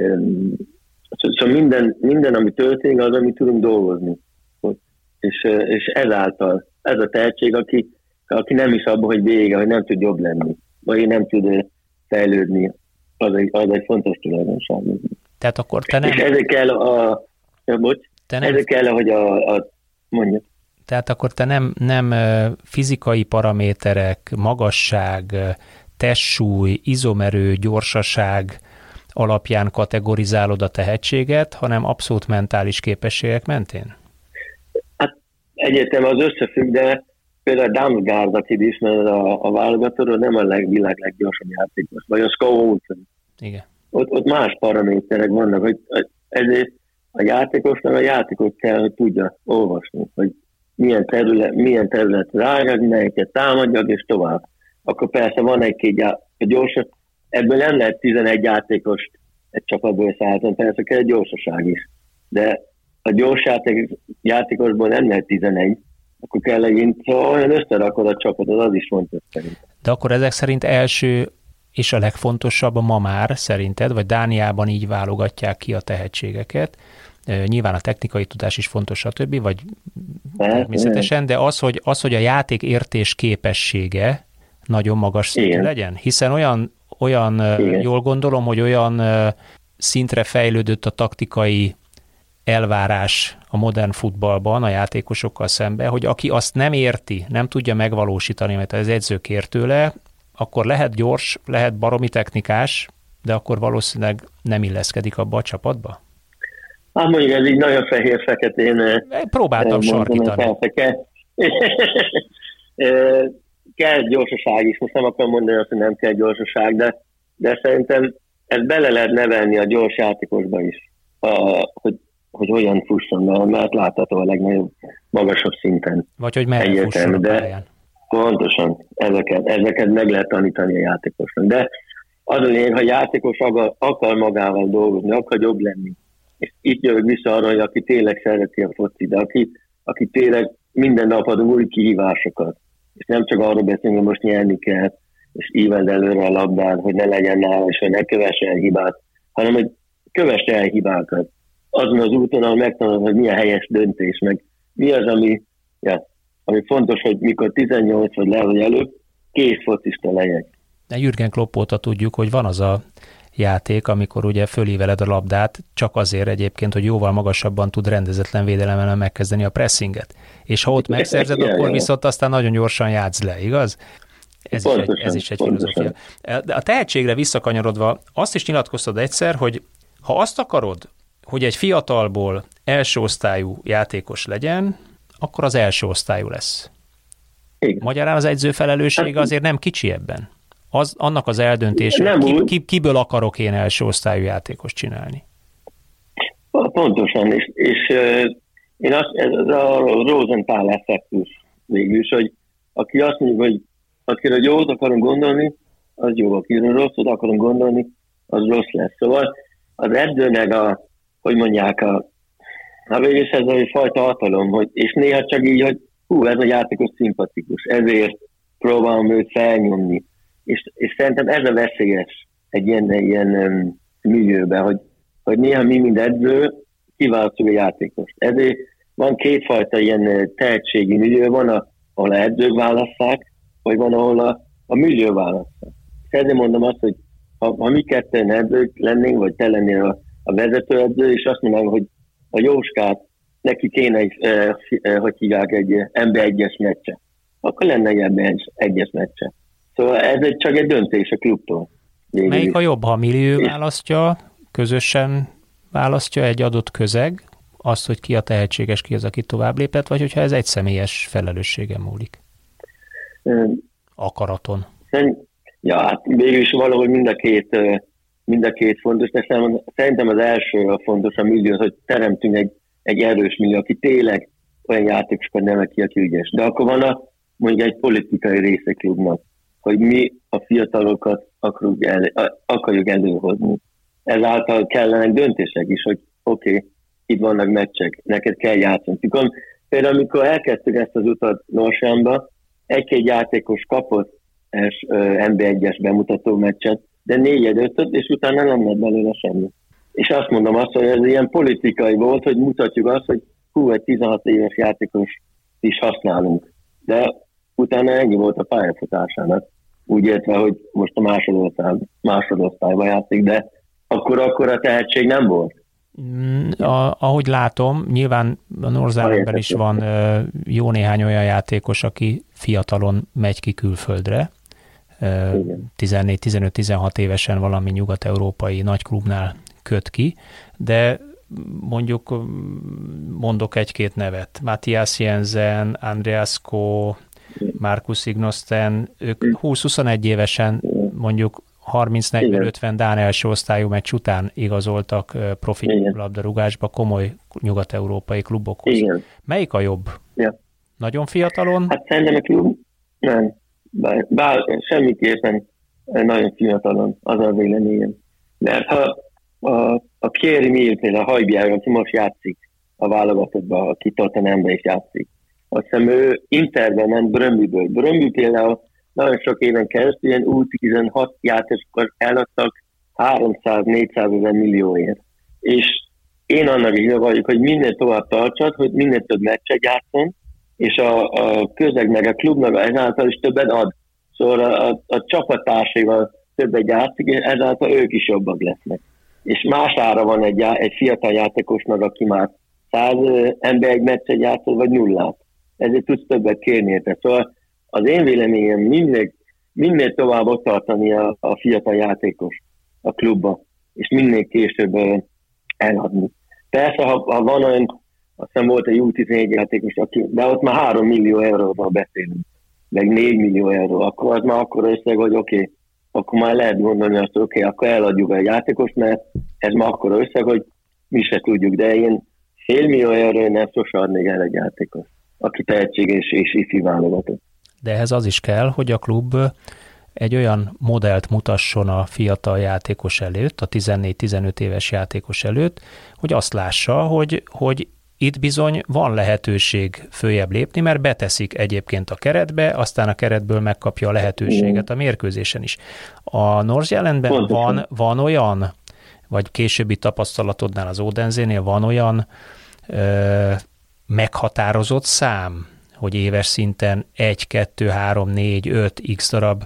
S2: Szóval minden, minden, ami történik, az, amit tudunk dolgozni. És, és ezáltal, ez a tehetség, aki, aki nem is abban, hogy vége, hogy nem tud jobb lenni, vagy nem tud fejlődni, az egy, az egy fontos tulajdonság.
S1: Tehát akkor te nem...
S2: És ezek kell a... Ja, bocs, te nem... ezek kell, hogy a... a mondjuk.
S1: Tehát akkor te nem, nem fizikai paraméterek, magasság, testsúly, izomerő, gyorsaság alapján kategorizálod a tehetséget, hanem abszolút mentális képességek mentén?
S2: Hát egyértelműen az összefügg, de például Damsgaard, akit ismered a, a válogatóról, nem a leg, világ leggyorsabb játékos, vagy a Skowolsen.
S1: Igen.
S2: Ott, ott más paraméterek vannak, hogy ezért a játékosnak a játékot kell, hogy tudja olvasni, hogy milyen terület, milyen terület rágad, melyiket támadjak, és tovább. Akkor persze van egy-két já- gyors, ebből nem lehet tizenegy játékost egy csapatból szállítani, persze kell egy gyorsaság is. De a gyors játék, játékosból nem lehet tizenegy, akkor kell legyen, ha olyan összerakod a csapatot, az is fontos szerint.
S1: De akkor ezek szerint első és a legfontosabb ma már szerinted, vagy Dániában így válogatják ki a tehetségeket, nyilván a technikai tudás is fontos, stb., vagy természetesen, de az, hogy, az, hogy a játék értés képessége nagyon magas szintű Igen. legyen, hiszen olyan, olyan jól gondolom, hogy olyan szintre fejlődött a taktikai elvárás a modern futballban a játékosokkal szemben, hogy aki azt nem érti, nem tudja megvalósítani, mert az edző kér tőle, akkor lehet gyors, lehet baromi technikás, de akkor valószínűleg nem illeszkedik abba a csapatba?
S2: Hát mondjuk ez így nagyon fehér-feketén.
S1: Próbáltam sarkítani.
S2: Kell, kell gyorsaság is, most nem akarom mondani azt, hogy nem kell gyorsaság, de, de szerintem ezt bele lehet nevelni a gyors játékosba is, a, hogy, hogy olyan fusson, mert látható a legnagyobb, magasabb szinten.
S1: Vagy hogy merre fusson a pályán.
S2: Pontosan, ezeket, ezeket meg lehet tanítani a játékosnak. De az a lényeg, ha a játékos akar magával dolgozni, akar jobb lenni, és itt jövök vissza arra, hogy aki tényleg szereti a foci, de aki, aki tényleg minden nap ad új kihívásokat, és nem csak arról beszélünk, hogy most nyerni kell, és íveld előre a labdát, hogy ne legyen nála, és hogy ne kövesse el hibát, hanem hogy kövesse el hibákat. Azon az úton, ahol megtanulod, hogy mi a helyes döntés, meg mi az, ami, ja, ami fontos, hogy mikor tizennyolc vagy le, vagy előbb, kész focista legyek.
S1: De Jürgen Klopp óta tudjuk, hogy van az a játék, amikor ugye fölíveled a labdát, csak azért egyébként, hogy jóval magasabban tud rendezetlen védelemmel megkezdeni a pressinget. És ha ott megszerzed, igen, akkor viszont aztán nagyon gyorsan játsz le, igaz? Ez is egy, ez is egy filozófia. De a tehetségre visszakanyarodva, azt is nyilatkoztad egyszer, hogy ha azt akarod, hogy egy fiatalból első osztályú játékos legyen, akkor az első osztályú lesz. Igen. Magyarán az edző felelőssége azért nem kicsi ebben. Az, annak az eldöntése, hogy ki, ki, kiből akarok én első osztályú játékost csinálni.
S2: Pontosan, és, és uh, én azt, ez a Rosenthal effektus végülis, hogy aki azt mondja, hogy akiről jót akarunk gondolni, az jó, akiről rosszat akarunk gondolni, az rossz lesz. Szóval az edzőnek a, hogy mondják, a, a végülis ez egy fajta hatalom, hogy, és néha csak így, hogy hú, ez a játékos szimpatikus, ezért próbálom őt felnyomni. És, és szerintem ez a veszélyes egy ilyen, ilyen um, millióben, hogy, hogy néha mi, mint edző, kiválasztjuk a játékost. Ezért van kétfajta ilyen tehetségi millió, van, a, ahol a edzők válasszák, vagy van, ahol a, a millió válasszák. Ezért mondom azt, hogy ha, ha mi ketten edzők lennénk, vagy te lennél a, a vezetőedző, és azt mondanám, hogy a Jóskát neki kéne egy, eh, eh, hogy hívják, egy em bé egyes meccse, akkor lenne egy em bé egyes meccse. Szóval ez egy, csak egy döntés a klubtól.
S1: Végül. Melyik a jobb, ha a millió választja, közösen választja egy adott közeg, azt, hogy ki a tehetséges, ki az, aki tovább lépett, vagy hogyha ez egy személyes felelősségen múlik? Akaraton.
S2: Ja, hát végül is valahogy mind a két, mind a két fontos, de szerintem az első a fontos a millió, hogy teremtünk egy, egy erős millió, aki tényleg olyan játékosokat nevel ki, aki ügyes. De akkor van a mondjuk egy politikai része klubnak, hogy mi a fiatalokat akarjuk, el, akarjuk előhozni. Ezáltal kellenek döntések is, hogy oké, okay, itt vannak meccsek, neked kell játszani. Például amikor elkezdtük ezt az utat Norsámba, egy-két játékos kapott en bé egyes bemutató meccset, de négyed-ötöt, és utána nem lett belőle semmi. És azt mondom azt, hogy ez ilyen politikai volt, hogy mutatjuk azt, hogy hú, egy tizenhat éves játékos is használunk. De utána ennyi volt a pályafutásának. Úgy értve, hogy most a másodosztály, másodosztályba játszik, de akkor, akkor a tehetség nem volt.
S1: A, ahogy látom, nyilván a North is van jó néhány olyan játékos, aki fiatalon megy ki külföldre, tizennégy, tizenöt, tizenhat évesen valami nyugat-európai nagyklubnál köt ki, de mondjuk mondok egy-két nevet. Matthias Jensen, Andreas Kó, Markus Ignosten, ők húsz-huszonegy évesen mondjuk harminc negyven ötven Dán első osztályú meccs után igazoltak profi labdarúgásba komoly nyugat-európai klubokhoz. Igen. Melyik a jobb?
S2: Ja.
S1: Nagyon fiatalon?
S2: Hát szerintem a klub nem. Bár, bár semmiképpen nagyon fiatalon, az a véleményem. Mert ha a, a Kéri Miltén, a Hajbjára, aki most játszik a válogatottban, aki Tottenhamben is játszik, azt hiszem ő Interben ment Brömbiből. Brömbi például nagyon sok éven keresztül ilyen U tizenhat játékosokat eladtak háromszáz-négyszáz ezer millióért. És én annak is vagyok, hogy minél tovább tartsad, hogy minél több meccset játszon, és a, a közeg meg a klubnak ezáltal is többet ad. Szóval a, a, a csapattársaival többet játszik, és ezáltal ők is jobbak lesznek. És más ára van egy, egy fiatal játékosnak, aki már száz ember egy meccset játszott, vagy nullát. Ezért tudsz többet kérni érte. Szóval az én véleményem minél, minél tovább ott tartani a, a fiatal játékos a klubba, és minél később eladni. Persze, ha, ha van olyan, azt hiszem volt egy U tizenegy játékos, aki, de ott már három millió euróval beszélünk, meg négy millió euró, akkor az már akkor összeg, hogy oké, okay, akkor már lehet gondolni azt, hogy oké, okay, akkor eladjuk a játékost, mert ez már akkor összeg, hogy mi se tudjuk, de én fél millió euró nem sose adnék el egy játékos, aki tehetséges és ifi válogatott.
S1: De ehhez az is kell, hogy a klub egy olyan modellt mutasson a fiatal játékos előtt, a tizennégy-tizenöt éves játékos előtt, hogy azt lássa, hogy, hogy itt bizony van lehetőség följebb lépni, mert beteszik egyébként a keretbe, aztán a keretből megkapja a lehetőséget a mérkőzésen is. A Nordsjællandben van, van olyan, vagy későbbi tapasztalatodnál az Odenssénél van olyan ö, meghatározott szám, hogy éves szinten egy, kettő, három, négy, öt x darab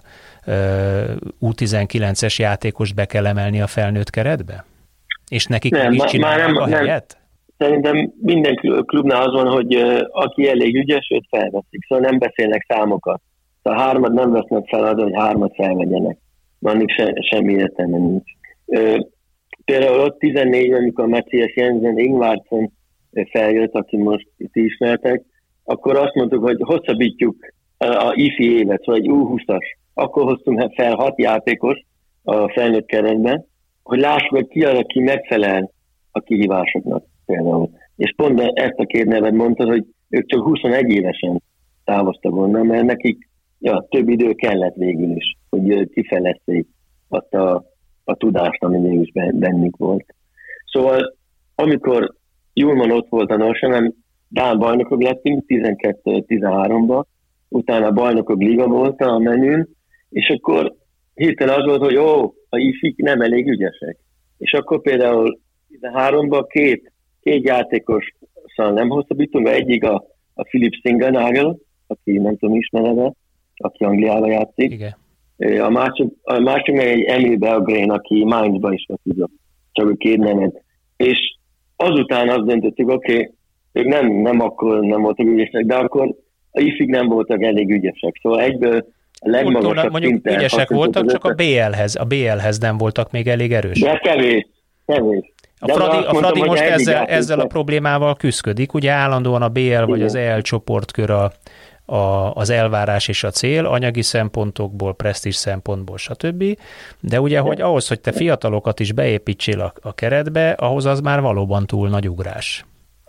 S1: U tizenkilences játékost be kell emelni a felnőtt keretbe? És nekik nem, is csinálják a helyet?
S2: Nem. Szerintem minden klubnál az van, hogy aki elég ügyes, őt felveszik. Szóval nem beszélnek számokat. Szóval hármat nem vesznek fel az, hogy hármat felvegyenek. Annig se, semmi értelme nincs. Például ott tizennégyben, amikor Matthias Jensen Ingvardsson feljött, aki most itt ismertek, akkor azt mondtuk, hogy hosszabbítjuk a ifi évet, szóval egy U húszas. Akkor hoztunk fel hat játékos a felnőtt keretben, hogy lássuk, hogy ki az, aki megfelel a kihívásoknak például. És pont ezt a két nevet mondtad, hogy ők csak huszonegy évesen távoztak onnan, mert nekik ja, több idő kellett végül is, hogy kifejleszték azt a, a tudást, ami mégis bennük volt. Szóval amikor Julman ott volt a Nordsjælland, Dán bajnokok lettünk tizenkettő-tizenháromban, utána a bajnokok liga volt a menün, és akkor hirtelen az volt, hogy ó, a ifik nem elég ügyesek. És akkor például tizenháromban két, két játékos szóval nem hosszabbítunk, egyik a, a Philip Singanagel, aki nem tudom ismered, aki Angliába játszik.
S1: Igen.
S2: A másik, a másik meg egy Emil Belgrén, aki Mainzba is tudja, csak a két nevet. És azután azt döntöttük, oké, okay, ők nem, nem akkor nem voltak ügyesek, de akkor a ifig nem voltak elég ügyesek. Szóval egyből a legmagasabb
S1: mondjuk szinten ügyesek voltak, csak a bé el-hez, a bé el-hez nem voltak még elég erősek.
S2: De kevés, kevés.
S1: A Fradi, a Fradi mondtam, most ezzel, ezzel a problémával küszködik. Ugye állandóan a bé el vagy igen. Az E L csoportkör a, a, az elvárás és a cél, anyagi szempontokból, presztízs szempontból, stb. De ugye, hogy ahhoz, hogy te fiatalokat is beépítsél a, a keretbe, ahhoz az már valóban túl nagy ugrás.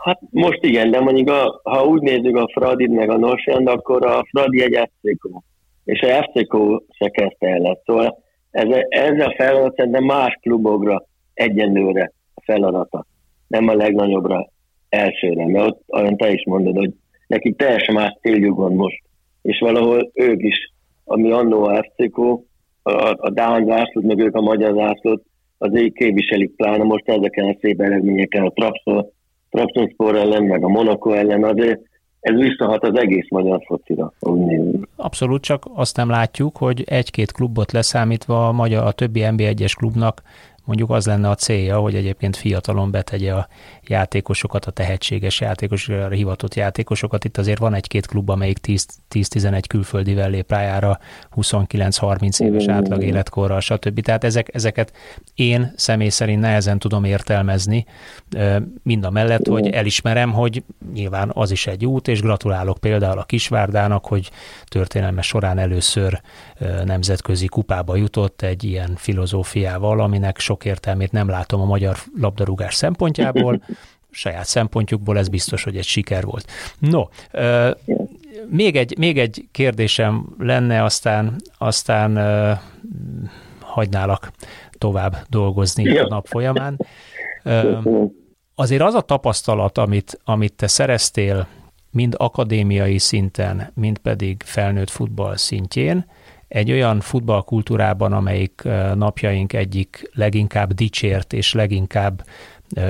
S2: Hát most igen, de mondjuk a, ha úgy nézzük a Fradit meg a Norsjand, akkor a Fradi egy ef cé kó, és a ef cé kó se kezdte el lett. Szóval ez, ez a feladat szerintem más klubokra egyenlőre a feladata, nem a legnagyobbra elsőre, mert ott olyan te is mondod, hogy nekik teljesen más céljuk van most, és valahol ők is, ami annó a ef cé kó, a, a Dán zászlót, meg ők a magyar zászlót, azért képviselik pláne most ezeken a szép eredményeken, a Trabzonspor ellen, meg a Monaco ellen, azért ez visszahat az egész magyar focira.
S1: Abszolút, csak azt nem látjuk, hogy egy-két klubot leszámítva a, magyar, a többi en bé egyes klubnak mondjuk az lenne a célja, hogy egyébként fiatalon betegye a játékosokat, a tehetséges játékosokra, a hivatott játékosokat. Itt azért van egy-két klub, amelyik tíz-tizenegy külföldivel lép pályára, huszonkilenc-harminc éves átlag életkorral, stb. Tehát ezek, ezeket én személy szerint nehezen tudom értelmezni, mind a mellett, hogy elismerem, hogy nyilván az is egy út, és gratulálok például a Kisvárdának, hogy történelme során először nemzetközi kupába jutott egy ilyen filozófiával, aminek sok értelmét nem látom a magyar labdarúgás szempontjából, saját szempontjukból ez biztos, hogy egy siker volt. No, még egy, még egy kérdésem lenne, aztán, aztán hagynálak tovább dolgozni a nap folyamán. Azért az a tapasztalat, amit, amit te szereztél mind akadémiai szinten, mind pedig felnőtt futball szintjén, egy olyan futballkultúrában, amelyik napjaink egyik leginkább dicsért és leginkább ö,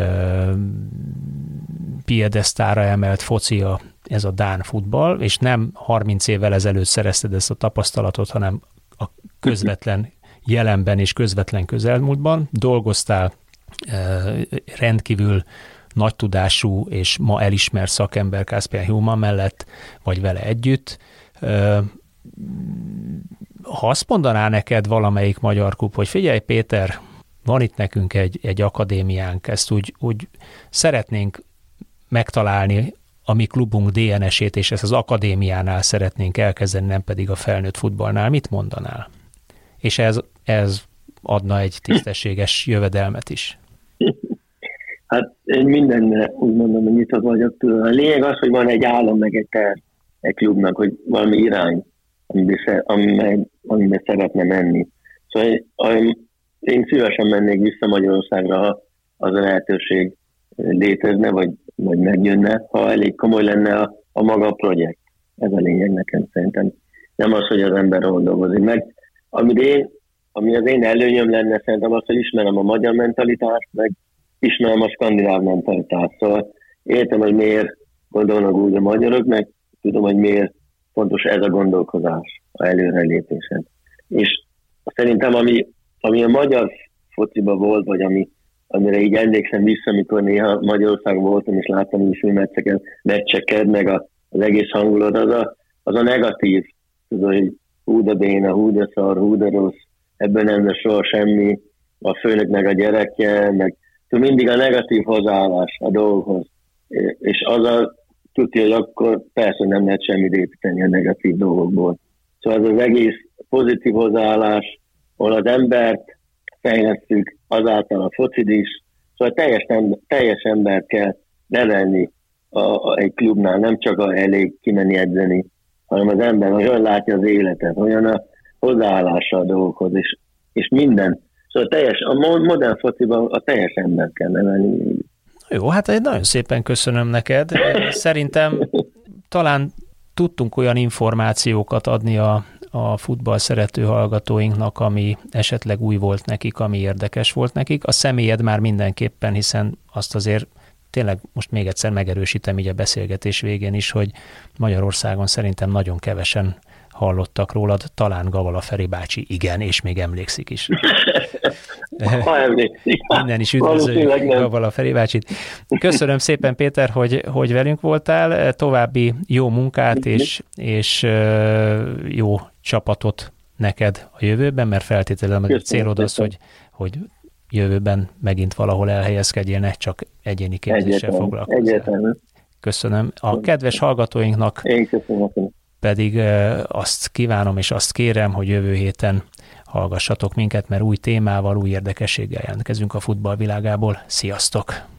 S1: piedesztára emelt focia, ez a dán futball, és nem harminc évvel ezelőtt szerezted ezt a tapasztalatot, hanem a közvetlen jelenben és közvetlen közelmúltban dolgoztál ö, rendkívül nagy tudású és ma elismert szakember Kasper Hjulmand mellett, vagy vele együtt. Ö, Ha azt mondaná neked valamelyik magyar klub, hogy figyelj Péter, van itt nekünk egy, egy akadémiánk, ezt úgy, úgy szeretnénk megtalálni a mi klubunk dé en es-ét, és ezt az akadémiánál szeretnénk elkezdeni, nem pedig a felnőtt futballnál, mit mondanál? És ez, ez adna egy tisztességes jövedelmet is.
S2: Hát én mindenre úgy mondom, hogy nyitott vagyok tőle. A lényeg az, hogy van egy álom, meg egy terv egy klubnak, hogy valami irány, amiben, amiben szeretne menni. Szóval én szívesen mennék vissza Magyarországra, ha az a lehetőség létezne, vagy, vagy megjönne, ha elég komoly lenne a, a maga a projekt. Ez a lényeg nekem szerintem. Nem az, hogy az ember ahol dolgozik. Meg ami, én, ami az én előnyöm lenne, szerintem az, hogy ismerem a magyar mentalitást, meg ismerem a skandináv mentalitást. Szóval értem, hogy miért gondolnak úgy a magyarok, meg tudom, hogy miért fontos ez a gondolkozás a előrelépésen. És szerintem, ami, ami a magyar fociban volt, vagy ami, amire így emlékszem vissza, amikor néha Magyarországon voltam, és láttam is új meccseket, meccseket, meg a, az egész hangulat, az a, az a negatív, tudod, hogy hú de béna, hú de szar, hú de rossz, ebből nem lesz soha semmi, a főnök meg a gyereke, meg tudod, mindig a negatív hozzáállás a dolgokhoz. És az a tudja, hogy akkor persze nem lehet semmit építeni a negatív dolgokból. Szóval ez az egész pozitív hozzáállás, ahol az embert fejlesztjük, azáltal a focid is, szóval teljes, teljes embert kell nevelni a, a, egy klubnál, nem csak a elég kimenni edzeni, hanem az ember olyan látja az életet, olyan a hozzáállása a dolgokhoz, és, és minden. Szóval teljes, a modern fociban a teljes embert kell nevelni.
S1: Jó, hát egy nagyon szépen köszönöm neked. Szerintem talán tudtunk olyan információkat adni a, a futball szerető hallgatóinknak, ami esetleg új volt nekik, ami érdekes volt nekik. A személyed már mindenképpen, hiszen azt azért tényleg most még egyszer megerősítem így a beszélgetés végén is, hogy Magyarországon szerintem nagyon kevesen hallottak rólad, talán Gavala Feri bácsi, igen, és még emlékszik is.
S2: Ha emlékszik.
S1: Innen is üdvözöljük Gavala Feri bácsit. Köszönöm szépen, Péter, hogy, hogy velünk voltál. További jó munkát és, és jó csapatot neked a jövőben, mert feltételezem, hogy a célod az, hogy, hogy jövőben megint valahol elhelyezkedjél, ne csak egyéni képzéssel foglalkozzál. Köszönöm. A kedves hallgatóinknak
S2: Én köszönöm.
S1: pedig azt kívánom és azt kérem, hogy jövő héten hallgassatok minket, mert új témával, új érdekességgel jelentkezünk a futball világából. Sziasztok!